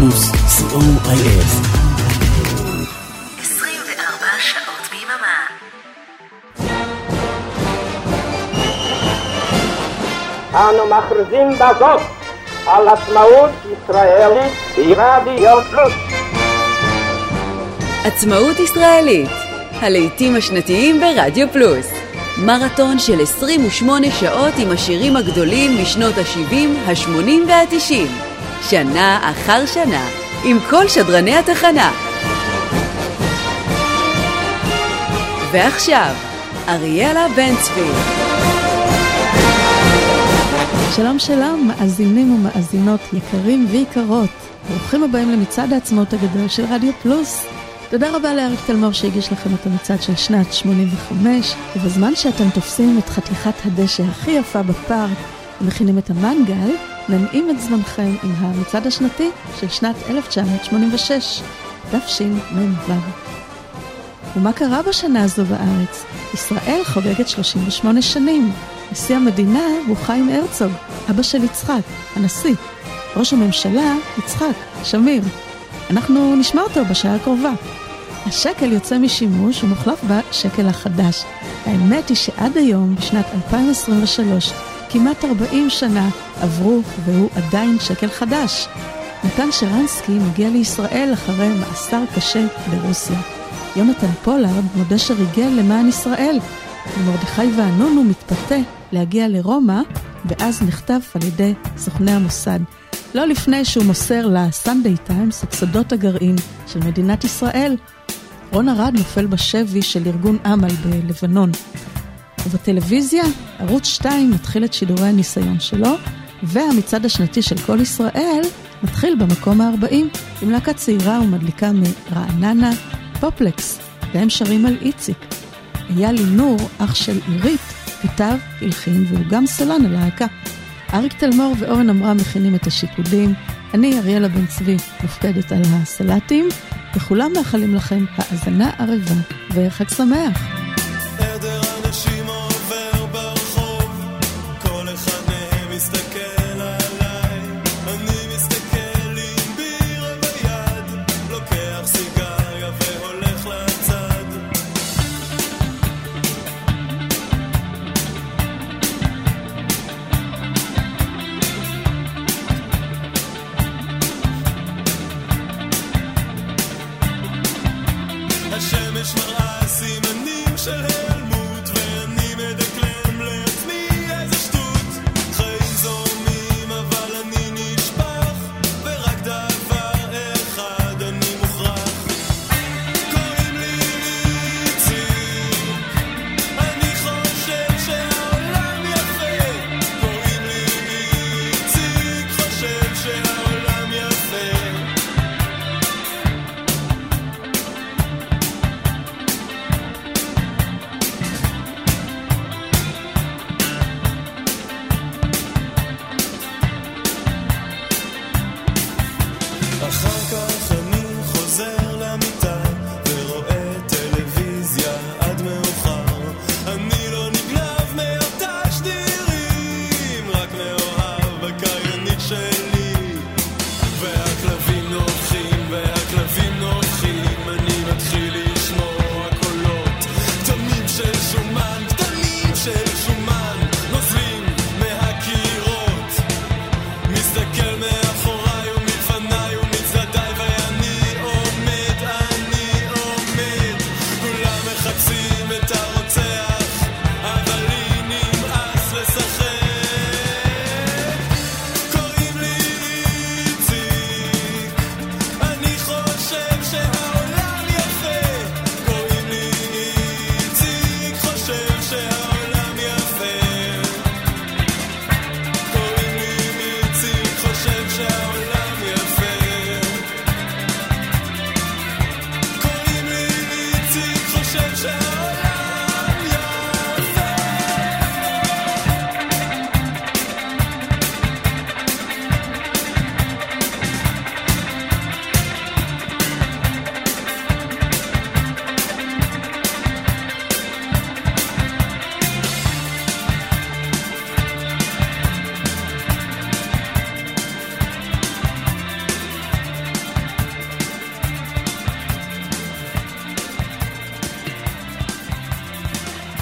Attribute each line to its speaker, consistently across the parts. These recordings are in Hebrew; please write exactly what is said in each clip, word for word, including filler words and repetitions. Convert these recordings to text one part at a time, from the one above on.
Speaker 1: פלוס, סי או איי אס.
Speaker 2: עשרים וארבע שעות ביממה.
Speaker 3: אנו מכריזים בזאת על עצמאות ישראלית ברדיו פלוס.
Speaker 4: עצמאות ישראלית, הלהיטים השנתיים ברדיו פלוס. מרתון של עשרים ושמונה שעות עם השירים הגדולים משנות ה-שבעים, ה-שמונים וה-תשעים. שנה אחר שנה, עם כל שדרני התחנה. ועכשיו, אריאלה בן צבי.
Speaker 5: שלום שלום, מאזינים ומאזינות יקרים ויקרות. ברוכים הבאים למצעד העצמאות הגדול של רדיו פלוס. תודה רבה לאריק תלמור שהגיש לכם את המצעד של שנת שמונים וחמש, ובזמן שאתם תופסים את חתיכת הדשא הכי יפה בפארק ומכינים את המנגל, ננעים את זמנכם עם המצעד השנתי של שנת אלף תשע מאות שמונים ושש, תשמ"ו. ומה קרה בשנה הזו בארץ? ישראל חוגגת שלושים ושמונה שנים. נשיא המדינה הוא חיים הרצוג, אבא של יצחק, הנשיא. ראש הממשלה יצחק שמיר. אנחנו נשמע אותו בשעה הקרובה. השקל יוצא משימוש ומוחלף בשקל החדש. האמת היא שעד היום, בשנת אלפיים עשרים ושלוש, כמעט ארבעים שנה עברו והוא עדיין שקל חדש. נתן שרנסקי מגיע לישראל אחרי מאסר קשה ברוסיה. יונתן פולארד מודה שריגל למען ישראל. ומרדכי ואנון הוא מתפתה להגיע לרומא, ואז נחטף על ידי סוכני המוסד. לא לפני שהוא מוסר לסנדיי טיימס את סודות הגרעין של מדינת ישראל. רון ארד נופל בשבי של ארגון אמל בלבנון. ובטלוויזיה, ערוץ שתיים מתחיל את שידורי הניסיון שלו, והמצעד השנתי של כל ישראל מתחיל במקום ה-ארבעים, עם להקה צעירה ומדליקה מרעננה, פופלקס, והם שרים על איציק. אייל לינור, אח של עירית, כתב, הלחין, והוא גם סולן על להקה. אריק תלמור ואורן אמרה מכינים את השיקולים. אני, אריאלה בן צבי, מופקדת על הסלטים, וכולם מאחלים לכם האזנה ערבה וחג שמח.
Speaker 6: עדר אנשים עובר ברחוב, כל אחד מהם מסתכל עליי, אני מסתכל עם בירה ביד, לוקח סיגריה והולך לצד. השמש מראה סימנים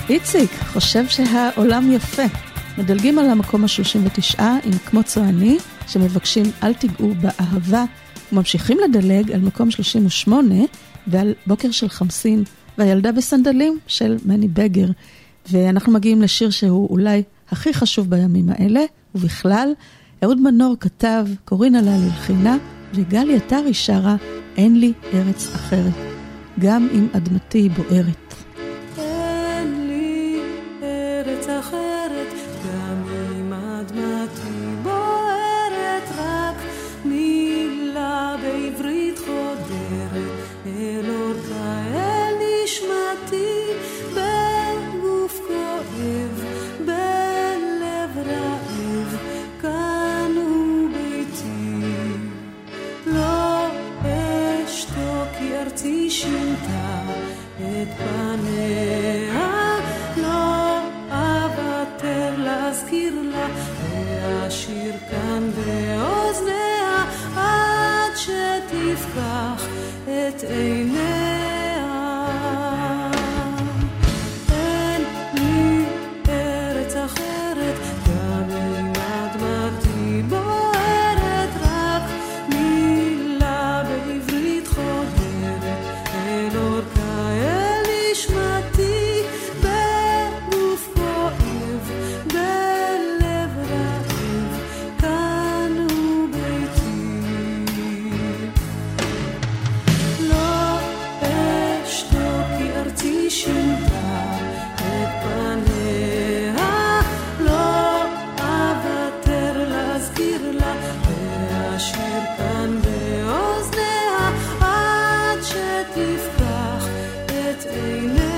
Speaker 5: איציק חושב שהעולם יפה. מדלגים על המקום ה-שלושים ותשע עם כמו צועני שמבקשים אל תיגעו באהבה, וממשיכים לדלג על מקום שלושים ושמונה ועל בוקר של חמסין והילדה בסנדלים של מני בגר. ואנחנו מגיעים לשיר שהוא אולי הכי חשוב בימים האלה, ובכלל אהוד מנור כתב, קורינה לה ללחינה, וגלי עטרי שרה אין לי ארץ אחרת, גם אם אדמתי בוערת.
Speaker 7: אין לי ארץ אחרת, גם אם אדמתי בוערת, רק מילה בעברית חודרת אל אורכה, אל נשמתי, בגוף כואב, בלב רעב, כאן הוא ביתי. לא אשתוק כי ארצי שינתה את פניה, לא אוותר להזכיר לה והשיר כאן באוזניה עד שתפקח את עיניה. אין לי ארץ אחרת, גם אם אדמתי בוערת, רק מילה בעברית חודרת אל אורכה, אל נשמתי, בגוף כואב, בלב רעב, כאן הוא ביתי. לא אשתוק כי ארצי שינתה את פניה, לא אוותר להזכיר לה והשיר כאן באוזניה עד שתפקח את עיניה.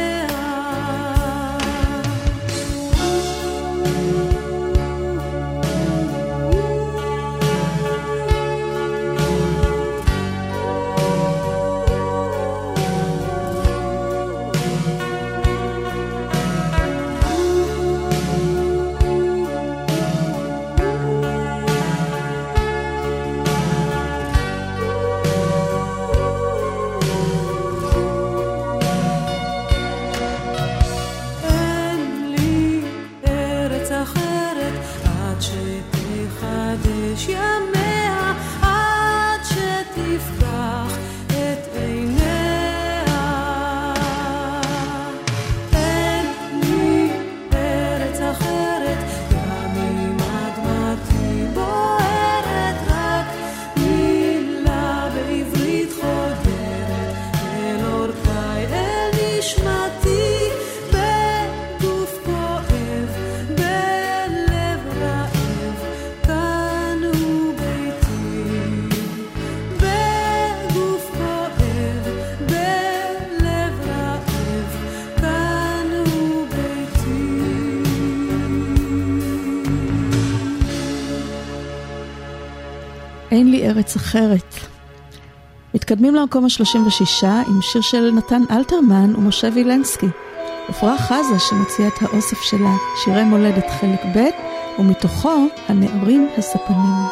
Speaker 7: אין לי ארץ אחרת, עד שתחדש ימיה, עד שתפקח את עיניה. אין לי ארץ אחרת, גם אם אדמתי בוערת, רק מילה בעברית חודרת אל אורכה, אל נשמתי, בגוף כואב, בלב רעב, כאן הוא ביתי. בגוף כואב, בלב רעב, כאן הוא ביתי.
Speaker 5: אין לי ארץ אחרת. מתקדמים למקום ה-שלושים ושש עם שיר של נתן אלתרמן ומשה וילנסקי. עפרה חזה שמוציאה את האוסף שלה, שירי מולדת חלק ב', ומתוכו הנערים הספנים.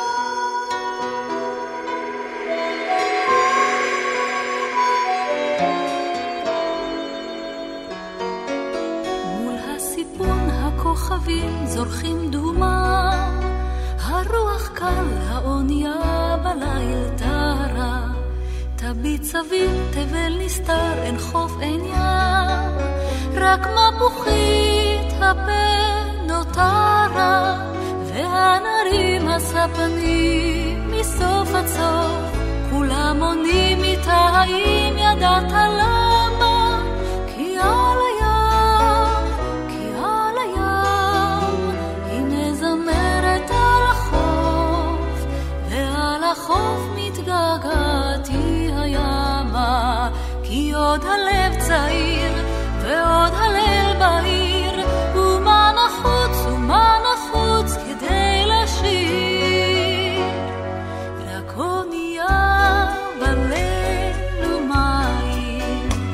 Speaker 8: מול הסיפון הכוכבים זורחים דומה, הרוח קל, האונייה בליל טרה, תביט סביב, תבל נסתר, אין חוף, אין ים, רק מפוחית הפה נותרה, והנערים הספנים מסוף עד סוף, כולם עונים איתה, האם ידעת למה? כי על הים, כי על הים, היא מזמרת על החוף, ועל החוף מתגעגעתי הימה, כי עוד הלב צעיר ועוד הליל בהיר, ומה נחוץ ומה נחוץ כדי לשיר, רק אונייה בליל ומים,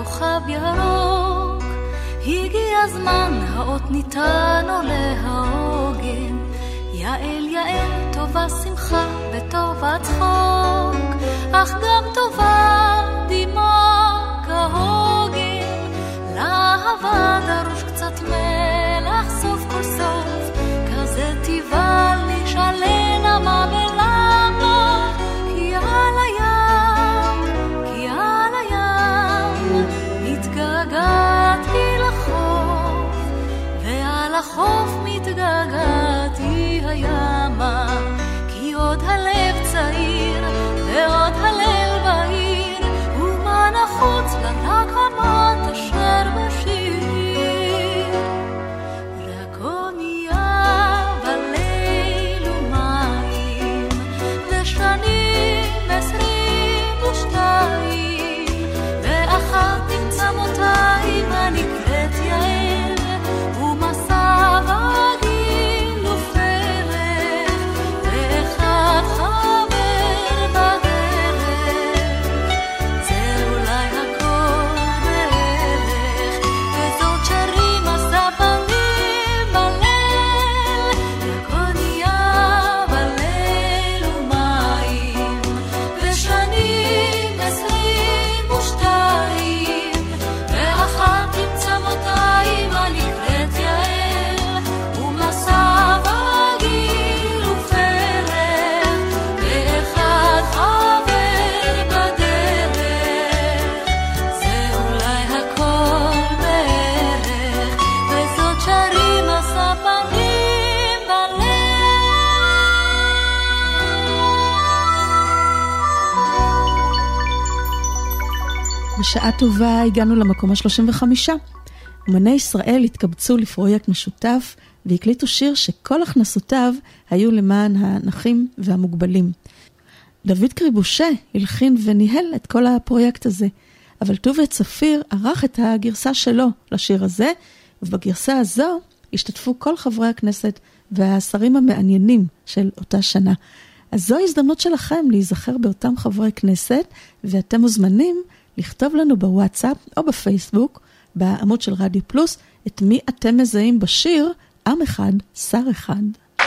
Speaker 8: כוכב ירוק, הגיע הזמן, האות ניתן עולה העוגן. יעל יעל, טובה שמחה וטובה צחוק, אך גם טובה דמעה כהוגן. לאהבה דרוש קצת מלח סוף כל סוף, כזה טבעל נשאלנה מה ולמה. כי על הים, כי על הים מתגעגעתי לחוף, ועל החוף מתגעגעתי הימה. כי עוד הלב צעיר ועוד הלב בהיר, ומה נחוץ לרק המת אשר בשיר. רק אונייה בליל ומים, ושנים עשרים ושתיים, ואחת תמצא מותיים הנקראת יעל, ומסע וגיל ופרח, ואחד חבר בדרך. זה אולי הכל בערך, וזאת שרים הספנים בליל. רק אונייה בליל ומים, ושנים עשרים ושתיים, ואחת תמצא מותיים הנקראת יעל, ומסע וגיל ופרח, ואחד חבר בדרך. זה אולי הכל בערך, וזאת שרים הספנים בליל.
Speaker 5: בשעה טובה הגענו למקום ה-שלושים וחמש. אומני ישראל התקבצו לפרויקט משותף והקליטו שיר שכל הכנסותיו היו למען הנכים והמוגבלים. דוד קריבושה הלחין וניהל את כל הפרויקט הזה, אבל טוביה צפיר ערך את הגרסה שלו לשיר הזה, ובגרסה הזו השתתפו כל חברי הכנסת והשרים המעניינים של אותה שנה. אז זו ההזדמנות שלכם להיזכר באותם חברי כנסת, ואתם מוזמנים לכתוב לנו בוואטסאפ או בפייסבוק, בעמוד של רדיו פלוס, את מי אתם מזהים בשיר עם אחד, שר אחד.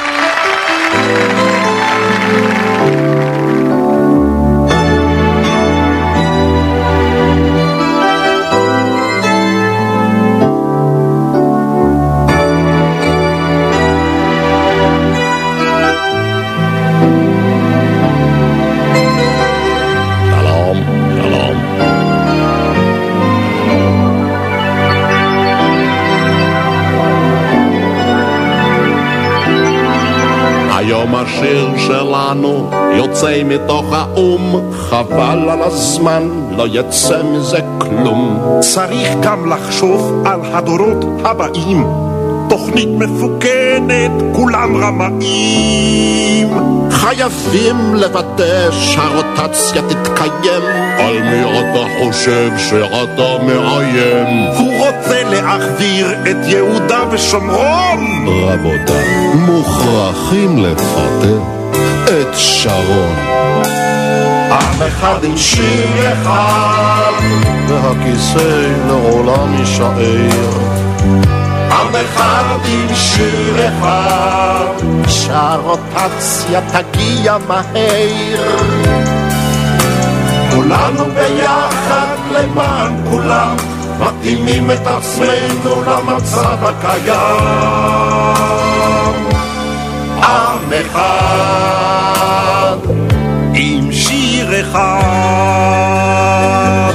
Speaker 9: שלום, שלום. היום השיר שלנו יוצא מתוך האום, חבל על הזמן, לא יצא מזה כלום.
Speaker 10: צריך גם לחשוב על הדורות הבאים, תוכנית מפוקנת, כולם רמאים.
Speaker 9: חייבים לוודא שהרוטציה תתקיים. על מי אתה חושב שאתה מאיים?
Speaker 10: הוא רוצה להחזיר את יהודה ושומרון.
Speaker 9: רבותיי, מוכרחים לפטר את שרון.
Speaker 10: עם אחד עם שיר אחד,
Speaker 9: והכיסא לעולם יישאר.
Speaker 10: עם אחד עם שיר אחד,
Speaker 9: שהרוטציה תגיע מהר.
Speaker 10: כולנו ביחד למען כולם, מתאימים את עצמנו למצב הקיים. עם אחד עם שיר אחד.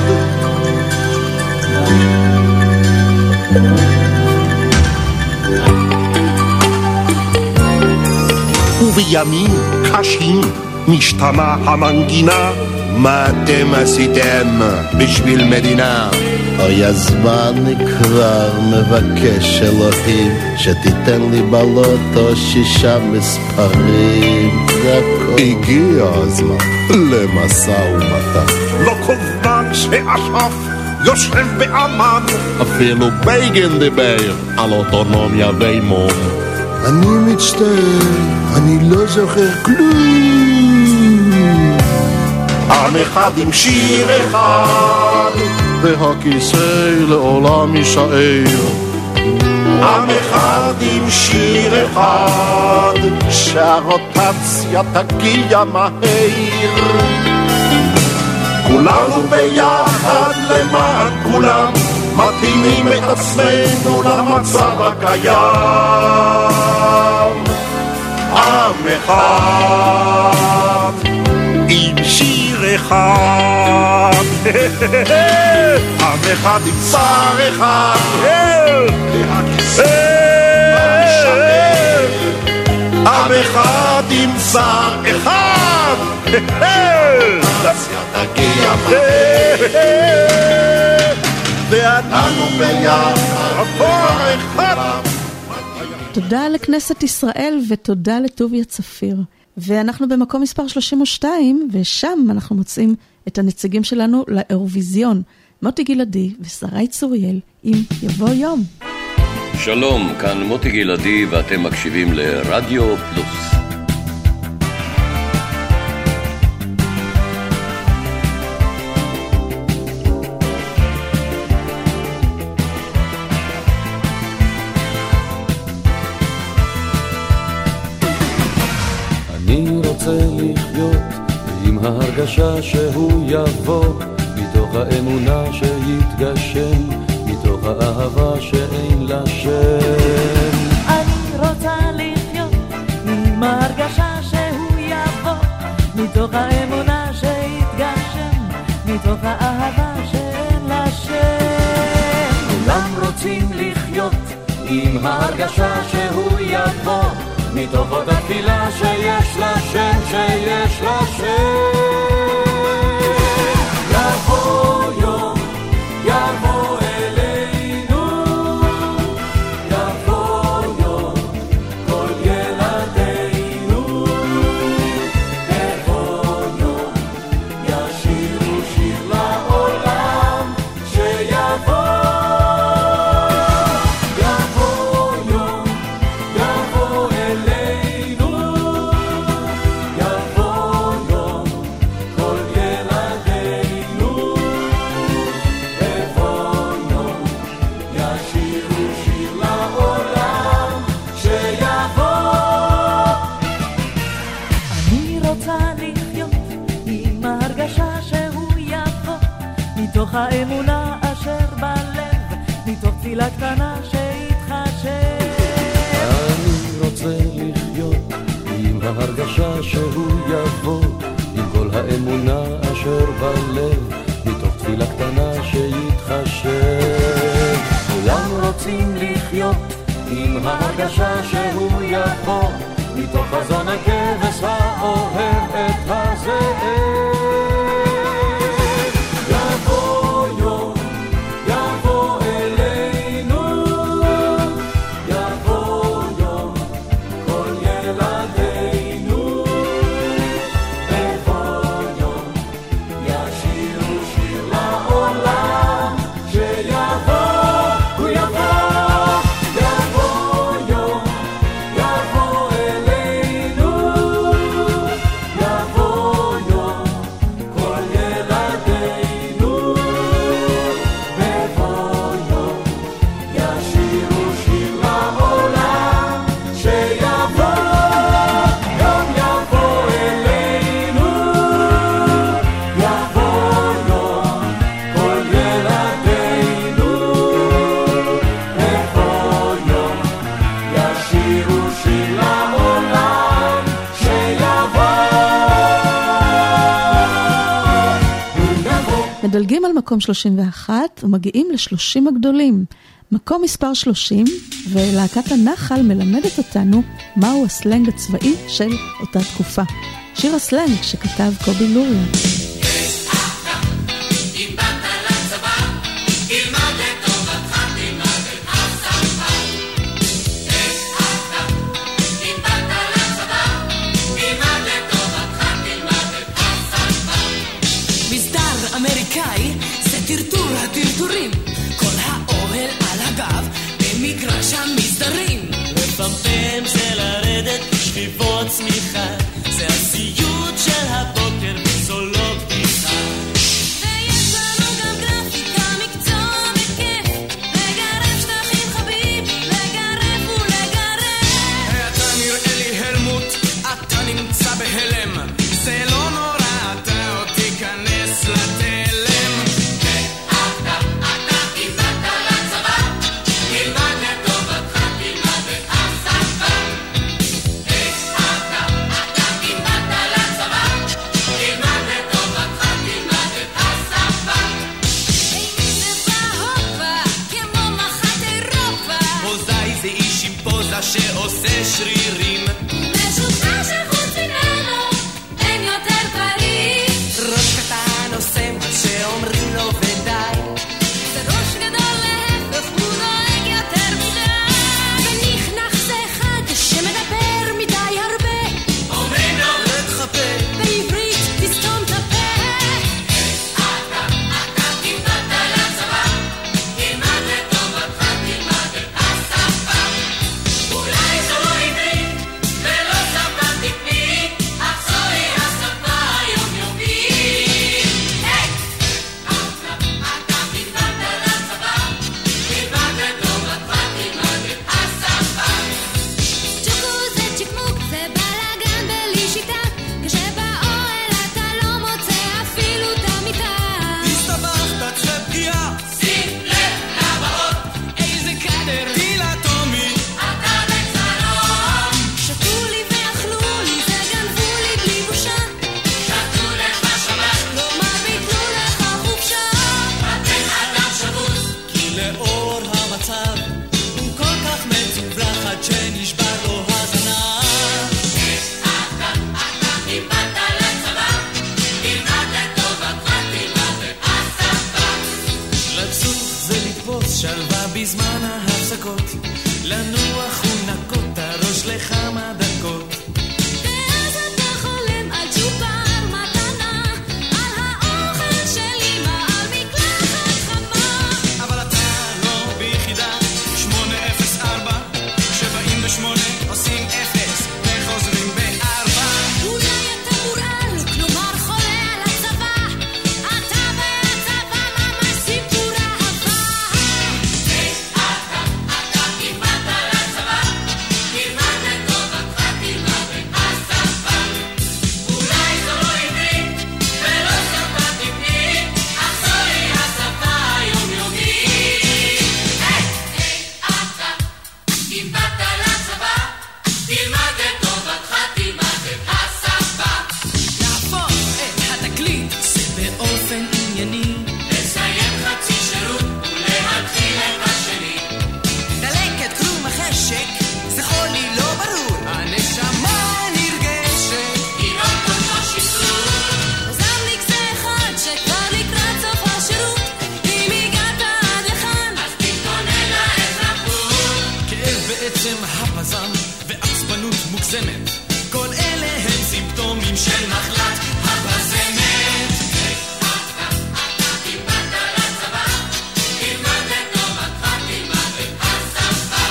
Speaker 10: ובימים קשים משתנה המנגינה,
Speaker 9: מה אתם עשיתם בשביל מדינה? אוי הזמן כבר מבקש אלוהים, שתיתן לי בלוטו שישה מספרים. הגיע הזמן למסע ומתן.
Speaker 10: לא כל זמן שאש"ף יושב באמן,
Speaker 9: אפילו בגין דיבר על אוטונומיה ואימון. אני מצטער, אני לא זוכר כלום.
Speaker 10: עם אחד עם שיר אחד,
Speaker 9: והכיסא לעולם יישאר.
Speaker 10: עם אחד עם שיר אחד, שהרוטציה תגיע מהר. כולנו ביחד למען כולם, מתאימים את עצמנו למצב הקיים. עם אחד עם שיר אחד, עם אחד עם שר אחד, עם אחד עם שר אחד, תגיע ואנחנו ביחד עבור אחד.
Speaker 5: תודה לכנסת ישראל ותודה לטוביה צפיר. ואנחנו במקום מספר שלושים ושתיים, ושם אנחנו מוצאים את הנציגים שלנו לאירוויזיון, מוטי גלעדי ושרי צוריאל עם יבוא יום.
Speaker 11: שלום, כאן מוטי גלעדי ואתם מקשיבים לרדיו פלוס.
Speaker 12: רוצה לחיות עם ההרגשה שהוא יבוא, מתוך האמונה שיתגשם, מתוך האהבה שאין לה שם.
Speaker 7: אני רוצה לחיות עם ההרגשה שהוא יבוא, מתוך האמונה שיתגשם, מתוך האהבה שאין לה שם.
Speaker 12: כולם רוצים לחיות עם ההרגשה שהוא יבוא, מתוך אותה תפילה שיש לה שם, שיש לה שם. יבוא יום, יבוא אלינו, יבוא יום, כל ילדינו. יבוא יום, ישירו שיר לעולם, שיבוא.
Speaker 7: מתוך האמונה אשר בלב, מתוך תפילה קטנה שהתחשב.
Speaker 12: אני רוצה לחיות עם ההרגשה שהוא יבוא, עם כל האמונה אשר בלב, מתוך תפילה קטנה שהתחשב. כולם רוצים לחיות עם ההרגשה שהוא יבוא, מתוך חזון הכבש האוהב את הזאב.
Speaker 5: מדלגים על מקום שלושים ואחת ומגיעים ל-שלושים הגדולים. מקום מספר שלושים, ולהקת הנחל מלמדת אותנו מהו הסלנג הצבאי של אותה תקופה. שיר הסלנג שכתב קובי לוריה.
Speaker 13: אמריקאי זה טרטור הטרטורים, כל האוהל על הגב במגרש המסדרים. לפמפם זה לרדת שכיבות צמיחה, זה הסיוט של הבוקר וזו לא בדיחה. ויש לנו גם גרפיקה אחד שנשבר לו הזנב. אתה, אתה קיבלת לצבא, תלמד לטובתך, תלמד בהספה. לצוף זה לתפוס שלווה בזמן ההפסקות, לנוח ונקות הראש לכמה דקות.
Speaker 8: ואז אתה חולם על צ'ופר מתנה, על האוכל של אמא, על מקלחת חמה.
Speaker 13: אבל אתה לא ביחידה שמונה אפס ארבע, שבאים בשמונה עושים אפס וחוזרים בארבע.
Speaker 8: אולי אתה מורעל, כלומר חולה על הצבא, אתה והצבא ממש סיפור אהבה.
Speaker 13: אתה, אתה קיבלת לצבא, תלמד לטובתך, תלמד בהספה. אולי זו לא עברית ולא שפה תקנית, אך זוהי השפה היומיומית. היי, היי, אתה קיבלת לצבא, תלמד לטובתך, תלמד בהספה. להפוך את התקליט זה באופן ענייני, לסיים חצי שירות ולהתחיל את השני. דלקת כלום החשק זה חולי לא ברור, הנשמה נרגשת לראות אותו שיסור.
Speaker 8: זמניק זה אחד שכבר לקראת סוף השירות, אם הגעת עד לכאן
Speaker 13: אז תתכונן לאזרחות. כאב בעצם הפזם ועצבנות מוגזמת, כל אלה הם סימפטומים של מחלת הפזמת. אתה, אתה קיבלת לצבא, תלמד לטובתך, תלמד בהספה.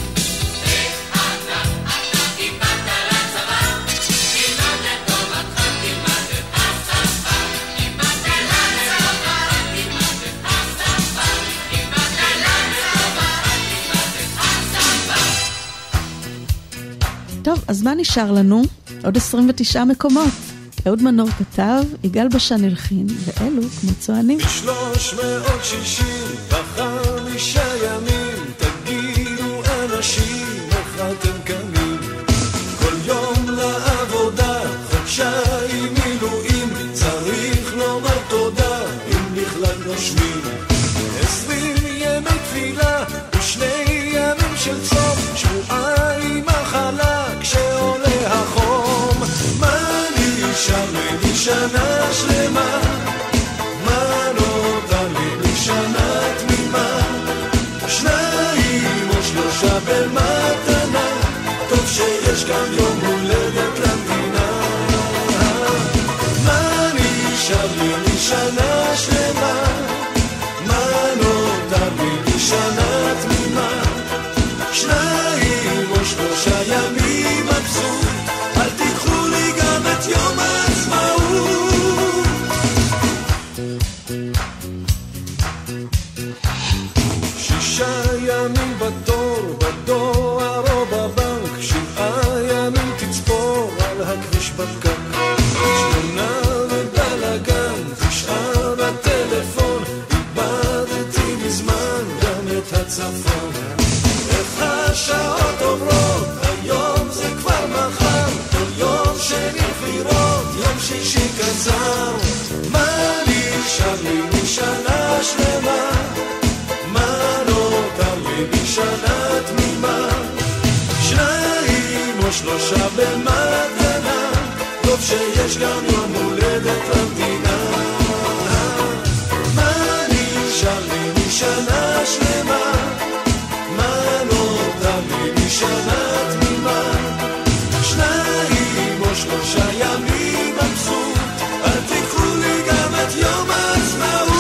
Speaker 13: אתה, אתה קיבלת לצבא, תלמד לטובתך, תלמד בהספה. קיבלת לצבא, תלמד בהספה. קיבלת לצבא, תלמד בהספה.
Speaker 5: טוב, אז מה נשאר לנו? עוד עשרים ותשעה מקומות. אהוד מנור כתב, יגאל בשן הלחין, ואלו כמו צוענים.
Speaker 6: בשלוש מאות שישים וחמישה ימים תגידו אנשים איך אתם קמים, כל יום לעבודה חודשיים מילואים, צריך לומר תודה אם בכלל נושמים. עשרים ימי תפילה ושני ימים של צום, שבועיים מחלה כשעולה החום. מה נשאר לי שנה שלמה, מה נותר לי שנה תמימה, שניים או שלושה במתנה, טוב שיש גם יום הולדת למדינה. מה נשאר לי שנה שלמה, מה נותר לי שנה תמימה, שניים או שלושה ימים מבסוט, אל תיקחו לי גם את יום העצמאות. שישה ימים בתור, בדואר או בבנק, שבעה ימים תצפור על הכביש בפקק, שמונה בבלגן, תשעה בטלפון, איבדתי מזמן גם את הצפון. איך השעות עוברות, היום זה כבר מחר, כל יום שני בחירות, יום שישי קצר. מה נשאר לי משנה שלמה, מה נותר לי משנה תמימה, שניים או שלושה במתנה, טוב שיש גם יום הולדת למדינה. מה נשאר לי משנה שלמה, מה נותר לי משנה תמימה, שניים או שלושה ימים מבסוט, אל תיקחו לי גם את יום העצמאות.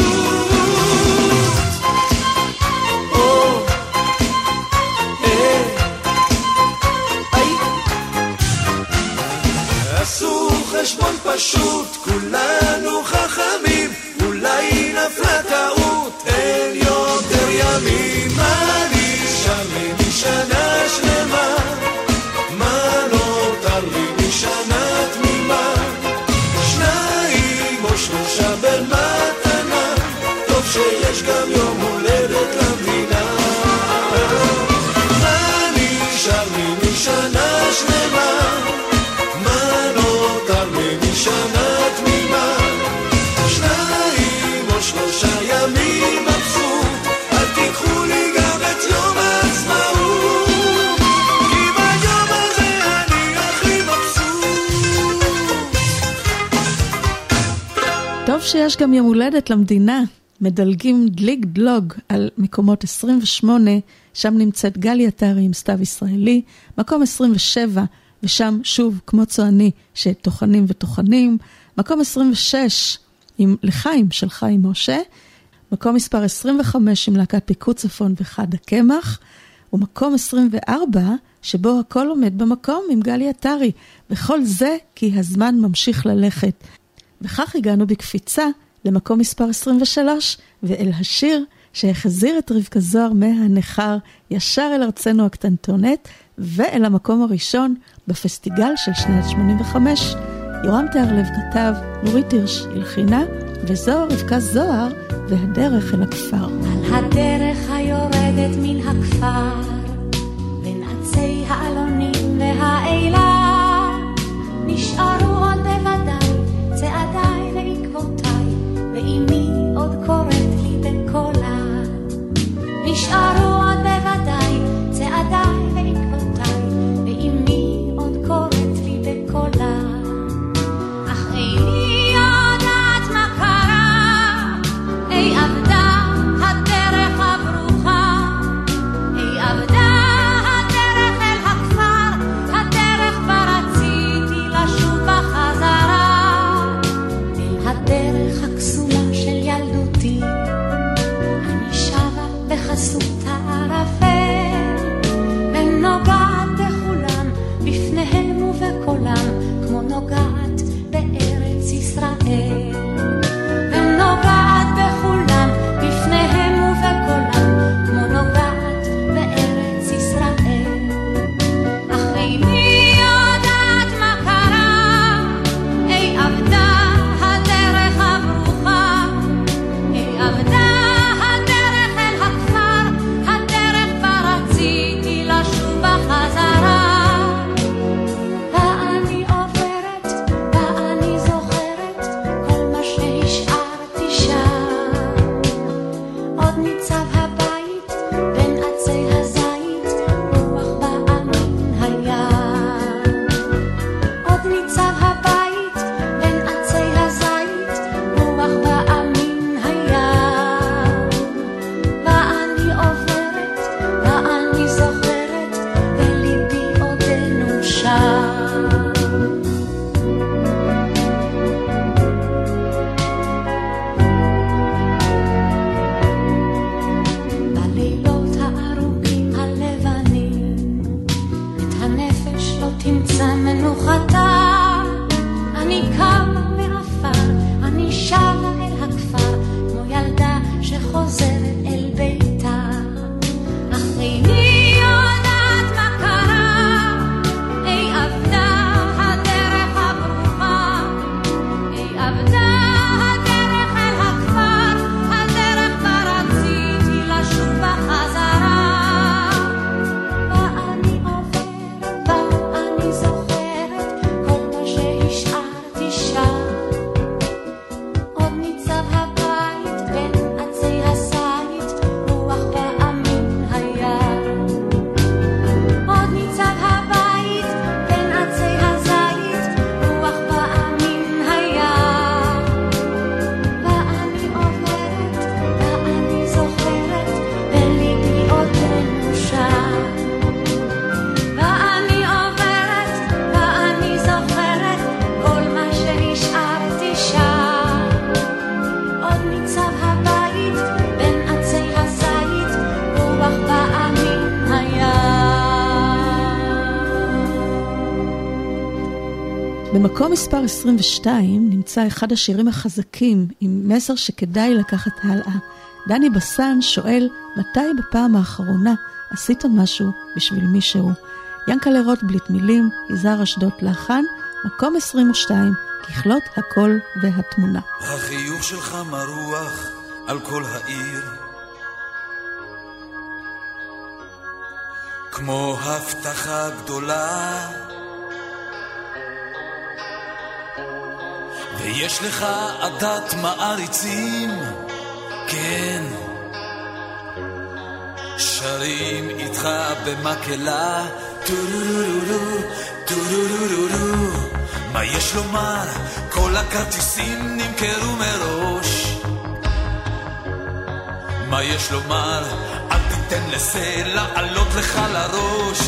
Speaker 6: או, אה, איי, עשו חשבון פשוט, כולנו חכמים, אולי נפלה טעות, אין יותר ימים. מה נשאר לי משנה שלמה, מה נותר לי משנה תמימה, שניים או שלושה במתנה, טוב שיש גם יום הולדת למדינה. מה נשאר לי משנה שלמה, מה נותר לי משנה תמימה, שניים או שלושה ימים מבסוט, אל תיקחו לי גם את יום העצמאות.
Speaker 5: טוב שיש גם יום הולדת למדינה. מדלגים דליג דלוג על מקומות עשרים ושמונה, שם נמצאת גלי עטרי עם סתיו ישראלי, מקום עשרים ושבע, ושם שוב כמו צועני שטוחנים וטוחנים, מקום עשרים ושש עם לחיים של חיים משה, מקום מספר עשרים וחמש עם להקת פיקוד צפון וחד הקמח, ומקום עשרים וארבע שבו הכל עומד במקום עם גלי עטרי, וכל זה כי הזמן ממשיך ללכת. וכך הגענו בקפיצה למקום מספר עשרים ושלוש, ואל השיר שהחזיר את רבקה זוהר מהנחר ישר אל ארצנו הקטנטונת, ואל המקום הראשון בפסטיגל של שנת שמונים וחמש. יורם תיארלב כתב, נורית הירש הלחינה, וזו רבקה זוהר והדרך אל הכפר.
Speaker 8: על הדרך היורדת מן הכפר, בין עצי העלונים והאילה, נשארו עוד בוודאי צעדיי ועקבותיי, ואימי עוד קוראת לי בקולה. נשארו עוד בוודאי צעדיי ועקבותיי, ואימי עוד קוראת לי בקולה. אך איני יודעת מה קרה, אי עבדה הדרך הברוכה, אי עבדה הדרך אל הכפר, הדרך כבר רציתי לשוב בחזרה, אל הדרך הקסומה של ילדותי, אני שבה בחסות הערפל, ונוגעת בכולם, בפניהם ובקולם, כמו נוגעת בארץ ישראל, ונוגעת בכולם, בפניהם ובקולם, כמו נוגעת בארץ ישראל. אך איני יודעת מה קרה, אי עבדה הדרך הברוכה, אי עבדה הדרך אל הכפר, הדרך כבר רציתי לשוב בחזרה. ואני עוברת, ואני זוכרת כל מה שהשארתי שם. עוד ניצב הבית בין עצי הזית, רוח באמין היה. עוד ניצב הבית בין עצי הזית, רוח באמין היה. ואני עוברת, ואני זוכרת, וליבי עודנו שם. בלילות הארוכים הלבנים, את הנפש לא תמצא מנוחתה. אני קמה מעפר, אני שבה אל הכפר, כמו ילדה שחוזרת אל ביתה. אך איני יודעת מה קרה, אי עבדה הדרך הברוכה, אי עבדה הדרך אל הכפר, הדרך כבר רציתי לשוב בחזרה. ואני עוברת, ואני זוכרת כל מה שהשארתי שם. עוד ניצב הבית בין עצי הזית, רוח באמין היה. עוד ניצב הבית בין עצי הזית, רוח באמין היה. ואני עוברת, ואני זוכרת, וליבי עודנו שם. ואני עוברת, ואני זוכרת כל מה שהשארתי שם. עוד ניצב הבית בין עצי הזית, רוח באמין היה.
Speaker 5: במקום מספר עשרים ושתיים נמצא אחד השירים החזקים עם מסר שכדאי לקחת הלאה. דני בסן שואל, מתי בפעם האחרונה עשית משהו בשביל מישהו? ינקלה רוטבליט מילים, יזהר אשדוד לחן, מקום עשרים ושתיים, ככלות הקול והתמונה.
Speaker 6: החיוך שלך מרוח על כל העיר, כמו הבטחה גדולה, ויש לך עדת מעריצים, כן, שרים איתך במקהלה, טורורורור, טורורורור, מה יש לומר? כל הכרטיסים נמכרו מראש. מה יש לומר? אל תיתן לזה לעלות לך לראש.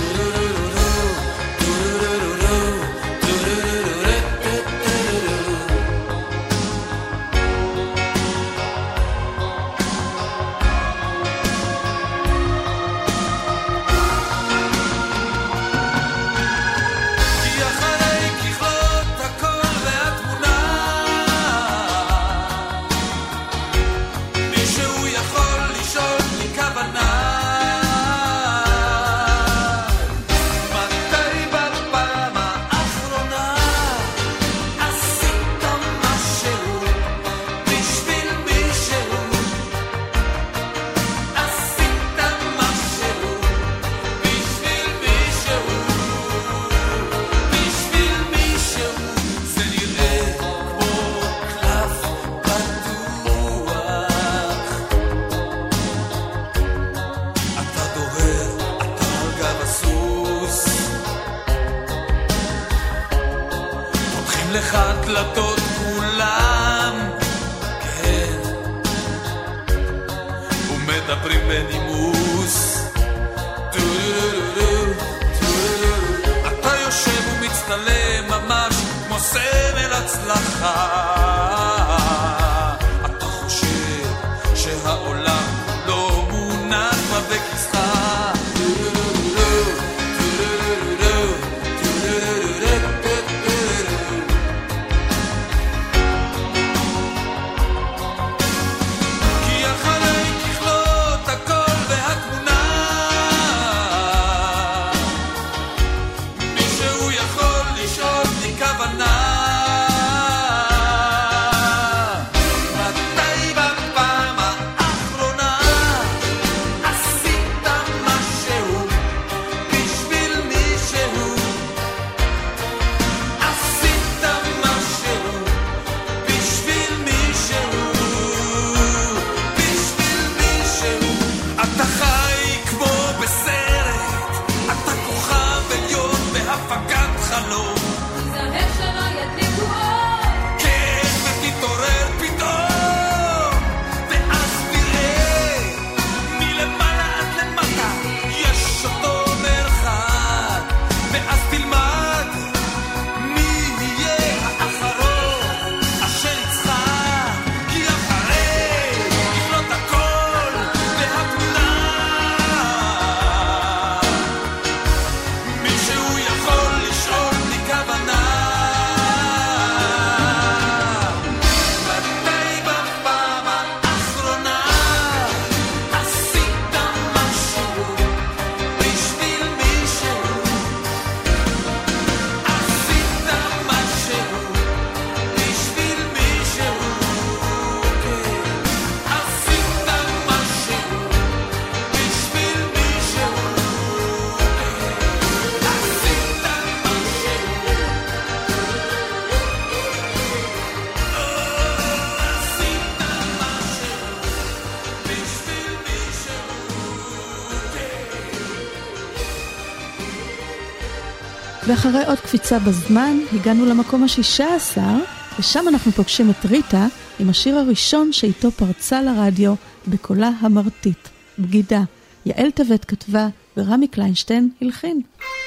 Speaker 5: ואחרי עוד קפיצה בזמן, הגענו למקום השישה עשר, ושם אנחנו פוגשים את ריטה עם השיר הראשון שאיתו פרצה לרדיו בקולה המרתית, בגידה. יעל טבת כתבה ורמי קליינשטיין הלחין.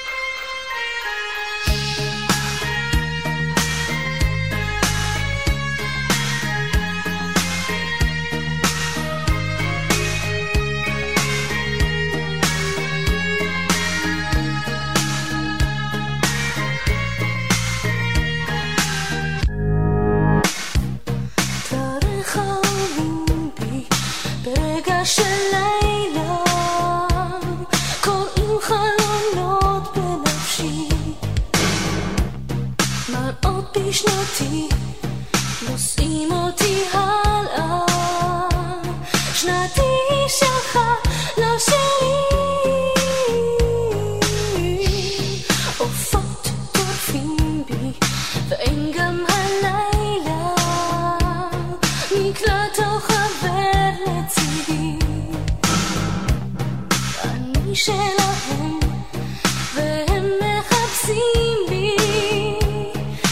Speaker 8: שנתי נושאים אותי הלאה שנתי שלך לא שלי עופות טורפים בי ואין גם הלילה מקלט או חבר לצידי אני שלהם והם מחפשים בי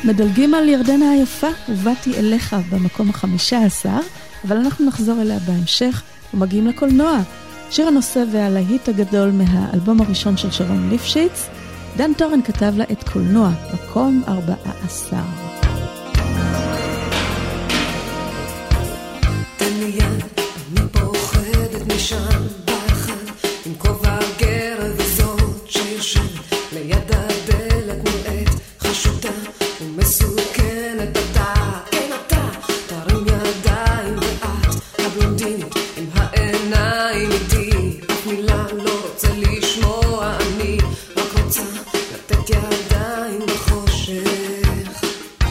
Speaker 5: מדלגים על ירדנה היפה ובאתי אליך במקום החמישה עשר, אבל אנחנו נחזור אליה בהמשך ומגיעים לקולנוע. שיר הנושא והלהיט הגדול מהאלבום הראשון של שרון ליפשיץ, דן טורן כתב לה את קולנוע, מקום ארבע עשר.
Speaker 14: תן לי יד, אני פוחדת משם באחד, עם כובע גרב וזאת שיושבת ליד הדלת נראית חשוטה ומסוכנת. אתה, כן אתה, תרים ידיים ואת הבלונדינית עם העיניים איתי, אף מילה לא רוצה לשמוע, אני רק רוצה לתת ידיים בחושך,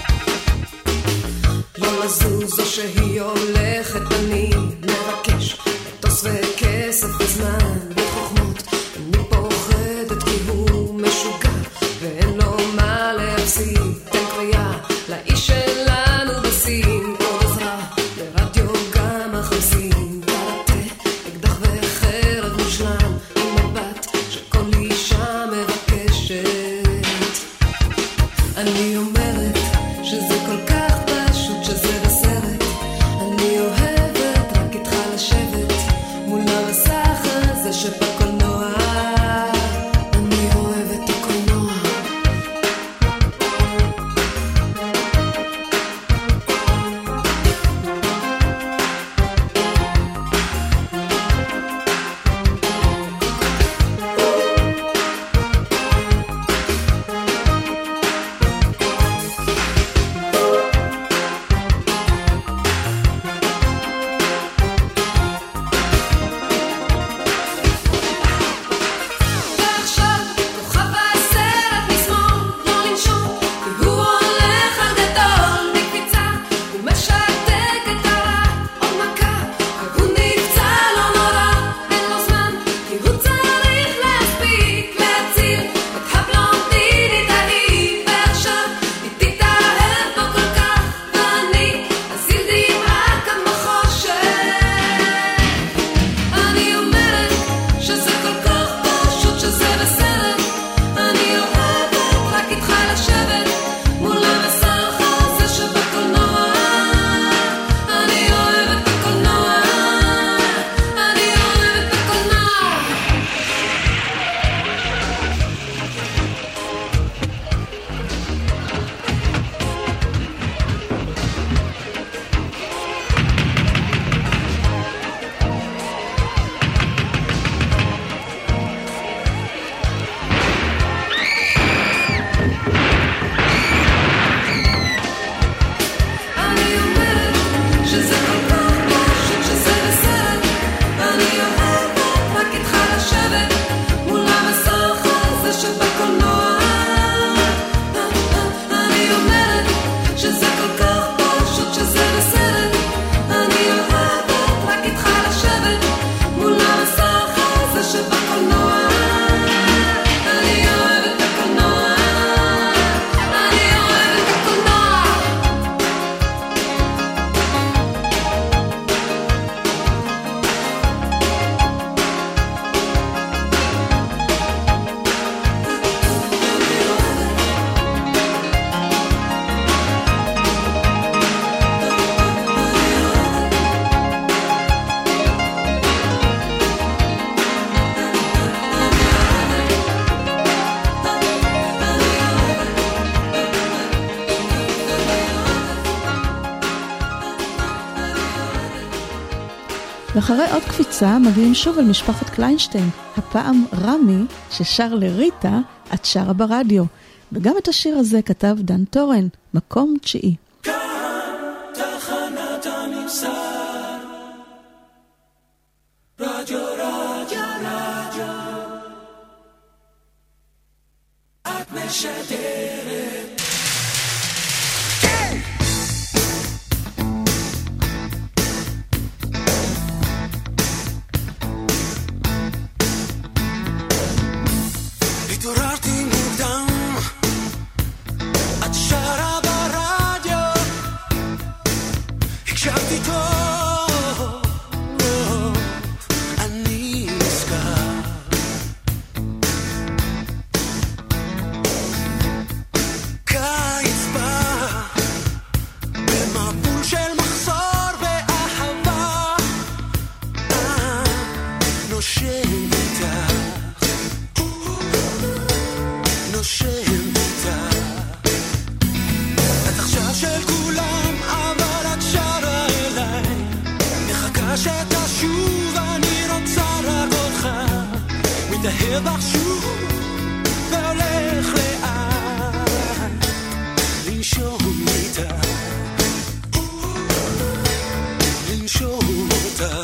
Speaker 14: לא לזוז או שהיא הולכת. אני מבקש מטוס וכסף וזמן וחוכמות, אני פוחדת כי הוא משוגע ואין לו מה להפסיד. תן קריאה לאיש שלנו בסין, עוד עזרה ברדיו גם החמסין, תרתה אקדח וחרב מושלם עם מבט שכל אישה מבקשת. אני אומרת שזה כל כך פשוט שזה בסרט, אני אוהבת רק איתך לשבת מול המסך הזה שבקולנוע, אני אוהבת את הקולנוע.
Speaker 5: ואחרי עוד קפיצה מגיעים שוב על משפחת קליינשטיין, הפעם רמי ששר לריטה את שרה ברדיו, וגם את השיר הזה כתב דן טורן, מקום תשיעי.
Speaker 6: כאן תחנת הממסר, רדיו רדיו רדיו, את משדרת התעוררתי מוקדם, את שרה ברדיו, הקשבתי טוב, אני נזכר קיץ בא רוצה שתשוב, אני רוצה רק אותך, מתאהב בך שוב והולך לאט לנשום איתה, לנשום אותה.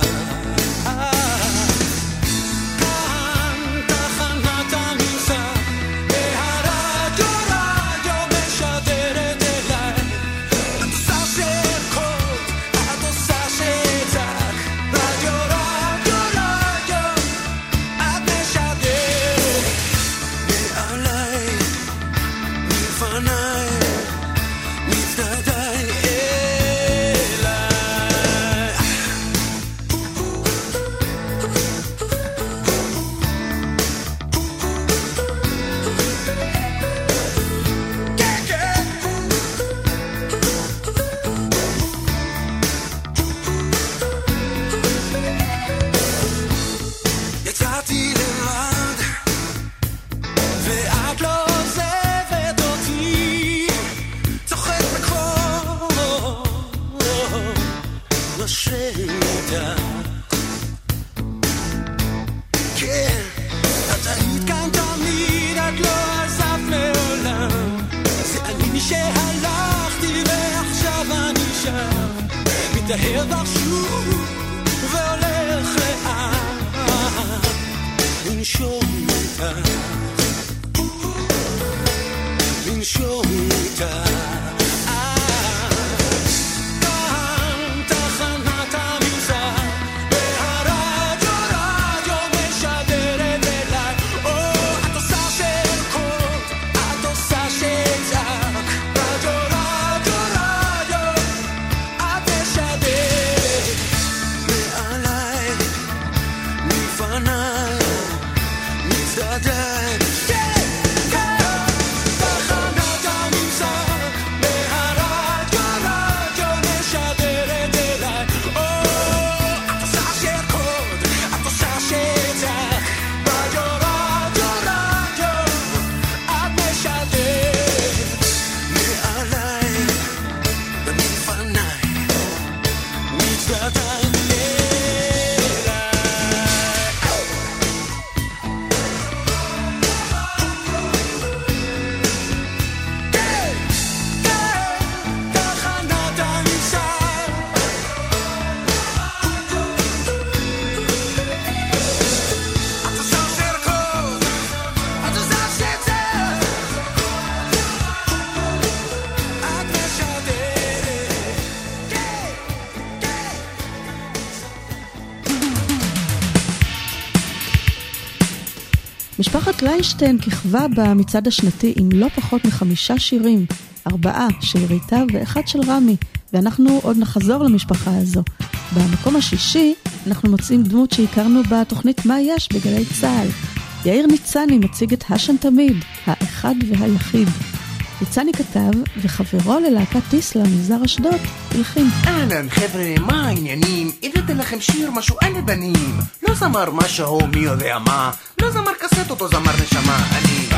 Speaker 5: משפחת ליינשטיין כיכבה במצעד השנתי עם לא פחות מחמישה שירים, ארבעה של ריטה ואחד של רמי, ואנחנו עוד נחזור למשפחה הזו. במקום השישי אנחנו מוצאים דמות שהכרנו בתוכנית מה יש בגלי צהל. יאיר ניצני מציג את השן תמיד, האחד והיחיד. ניצני כתב וחברו ללהקת טיסלה מזר אשדוד הלחין.
Speaker 15: אהלן חבר'ה, מה העניינים? הבאתי לכם שיר משהו על בנים. לא זמר משהו מי יודע מה, לא זמר קסט אותו זמר נשמה. אני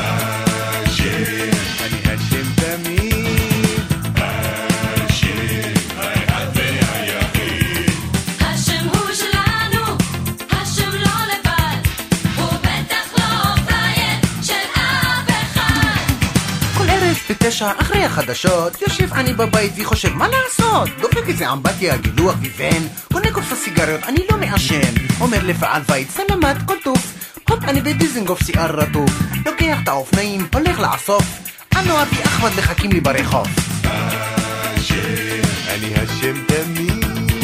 Speaker 15: השם, אני השם תמיד, השם האחד והיחיד.
Speaker 8: השם הוא שלנו, השם לא לבד, הוא בטח לא פרייר של אף אחד.
Speaker 15: כל ערב בתשע אחרי החדשות יושב אני בבית וחושב מה לעשות, דופק איזה אמבטיה, גילוח ויבן, קונה קופסה סיגריות, אני לא מעשן, אומר לפעל בית סלמת כל טוף, הופ אני בדיזנגוף שיער רטוב, לוקח את האופניים, הולך לאסוף, אנו אבי אחמד מחכים לי ברחוב. השם, אני השם תמיד,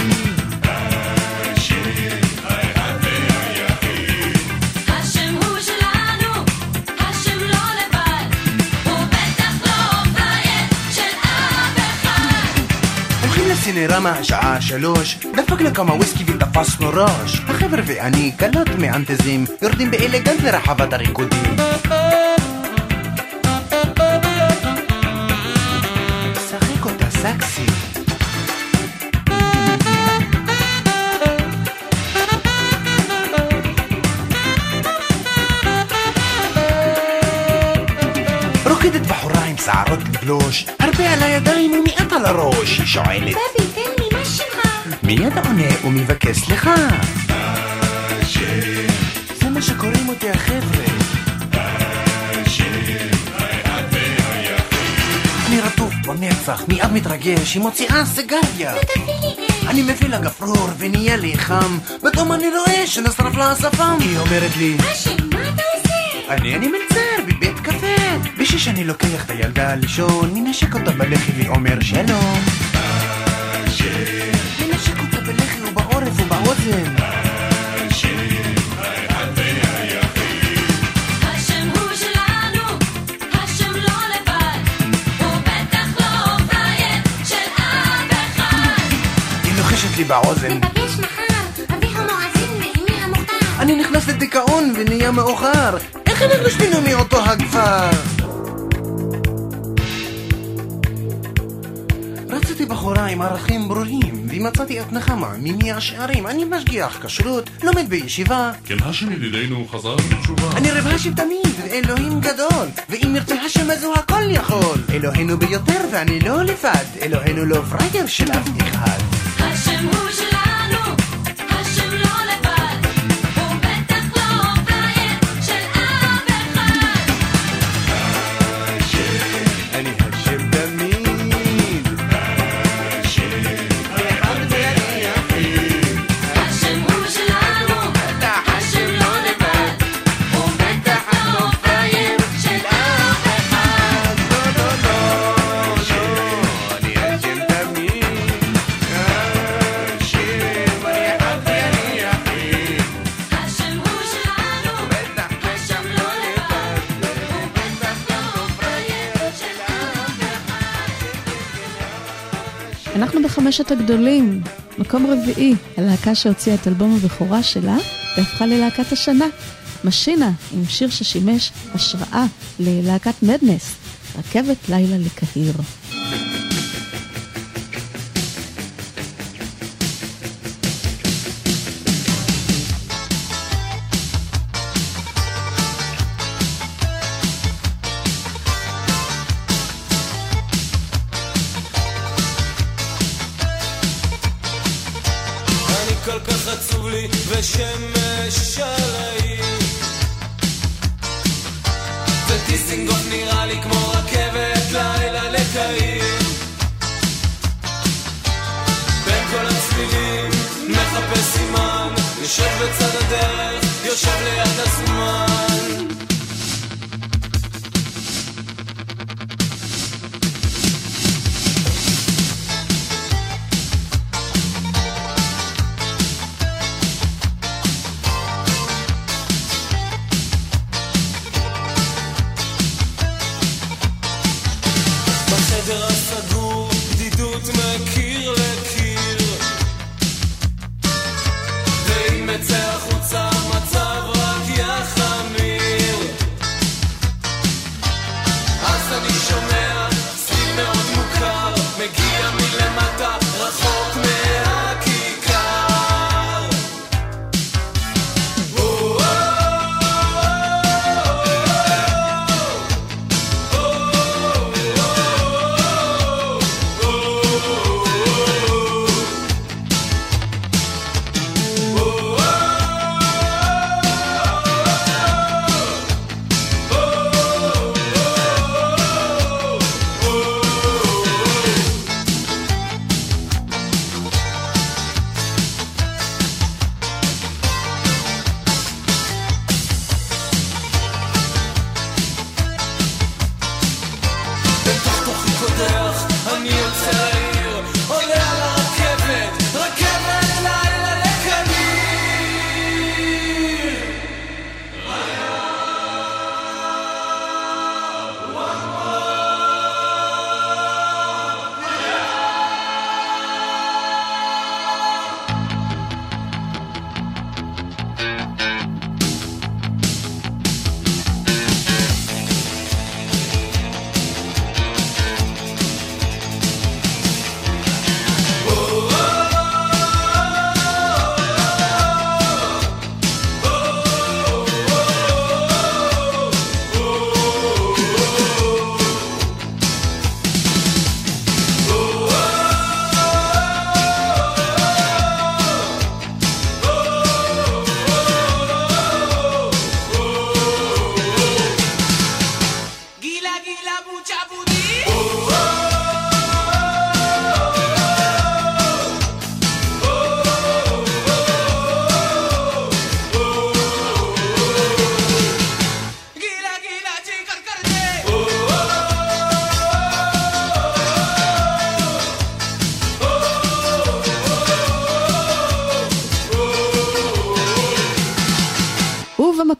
Speaker 15: השם האחד והיחיד.
Speaker 8: השם הוא שלנו, השם לא לבד, הוא בטח לא פרייר של אף אחד.
Speaker 15: הולכים לסינרמה שעה שלוש, דפק לכמה וויסקי ותפסנו ראש, החבר ואני קלות מאנטזים, יורדים באלגנט לרחבת הריקודים. שחק אותה סקסי. רוקדת בחורה עם שערות לגלוש, הרבה על הידיים ומיעט על הראש, היא שואלת
Speaker 8: בבי, תן לי, מה שמך?
Speaker 15: מיד עונה ומבקש סליחה. זה מה שקוראים אותי החבר'ה. אני רטוף בנצח, מיד מתרגש, היא מוציאה סגריה. אני מביא לה גפרור ונהיה לי חם, פתאום אני רואה שנשרף לה השפם. היא אומרת לי,
Speaker 8: אשי, מה אתה עושה?
Speaker 15: אני אני מלצר בבית קפה. בשביל שאני לוקח את הילדה לישון, מנשק אותה בלחי ואומר שלום. מנשק אותה בלחי ובעורף ובאוזן. לי באוזן.
Speaker 8: נפגש מחר, אבי המואזין ואימי המוכתר.
Speaker 15: אני נכנס לדיכאון ונהיה מאוחר. איך אנחנו שנינו מאותו הכפר? רציתי בחורה עם ערכים ברורים, ומצאתי את נחמה ממי השערים. אני משגיח כשרות, לומד בישיבה.
Speaker 16: כן, השם ידידנו חזר בתשובה.
Speaker 15: אני רב השם תמיד, אלוהים גדול, ואם ירצה השם אז הוא הכל יכול. אלוהינו ביותר ואני לא לבד, אלוהינו לא פראייר של אף אחד.
Speaker 8: השם הוא שלנו, השם לא לבד, הוא בטח לא פראייר של אף אחד.
Speaker 15: אני השם תמיד, אחד ואני יחיד.
Speaker 8: השם הוא שלנו, השם לא לבד, הוא בטח לא פראייר של אף אחד.
Speaker 15: לא, לא, לא, לא, אני השם תמיד.
Speaker 5: אנחנו בחמשת הגדולים, מקום רביעי, הלהקה שהוציאה את אלבום הבכורה שלה והפכה ללהקת השנה, משינה, עם שיר ששימש השראה ללהקת מדנס, רכבת לילה לקהיר.
Speaker 6: כל כך עצוב לי ושמש עליי וטיסינגוף נראה לי כמו רכבת לילה לקהיר בין כל הצלילים מחפש סימן יושב בצד הדרך יושב ליד הזמן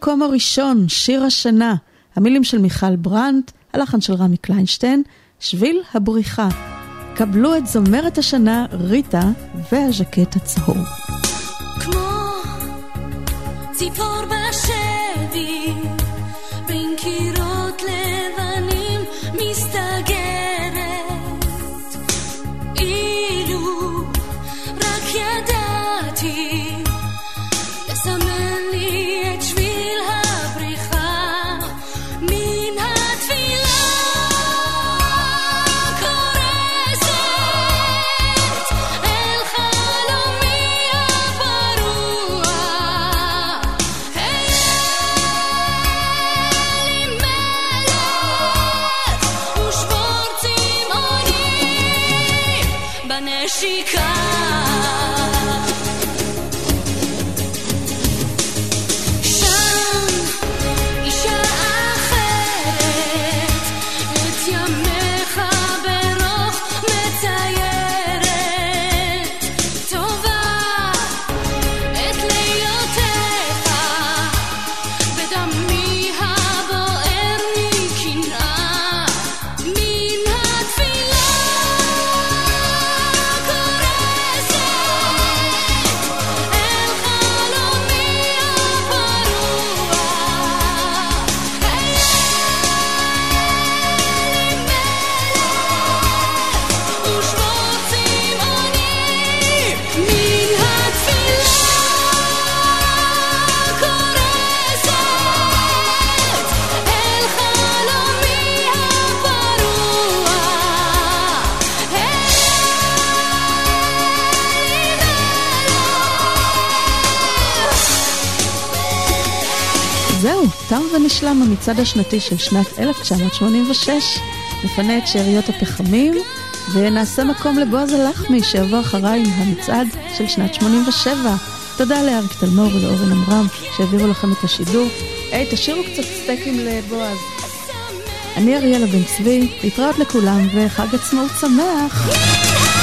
Speaker 5: במקום הראשון, שיר השנה, המילים של מיכל ברנט, הלחן של רמי קליינשטיין, שביל הבריחה. קבלו את זמרת השנה ריטה והז'קט הצהוב.
Speaker 8: כמו ציפור בשבי בין קירות לבנים מסתגרת, אילו רק ידעתי לסמן לי את שביל הבריחה מן התפילה קורסת אל חלומי הפרוע, היה לי מלך ושבור צמאוני בנשיקה.
Speaker 5: זהו, תם ונשלם המצעד השנתי של שנת אלף תשע מאות שמונים ושש. נפנה את שאריות הפחמים ונעשה מקום לבועז הלחמי שיבוא אחריי עם המצעד של שנת שמונים ושבע. תודה לאריק תלמור ולאורן אמרם שהעבירו לכם את השידור. היי, תשאירו קצת סטייקים לבועז. אני אריאלה בן צבי, להתראות לכולם וחג עצמאות שמח.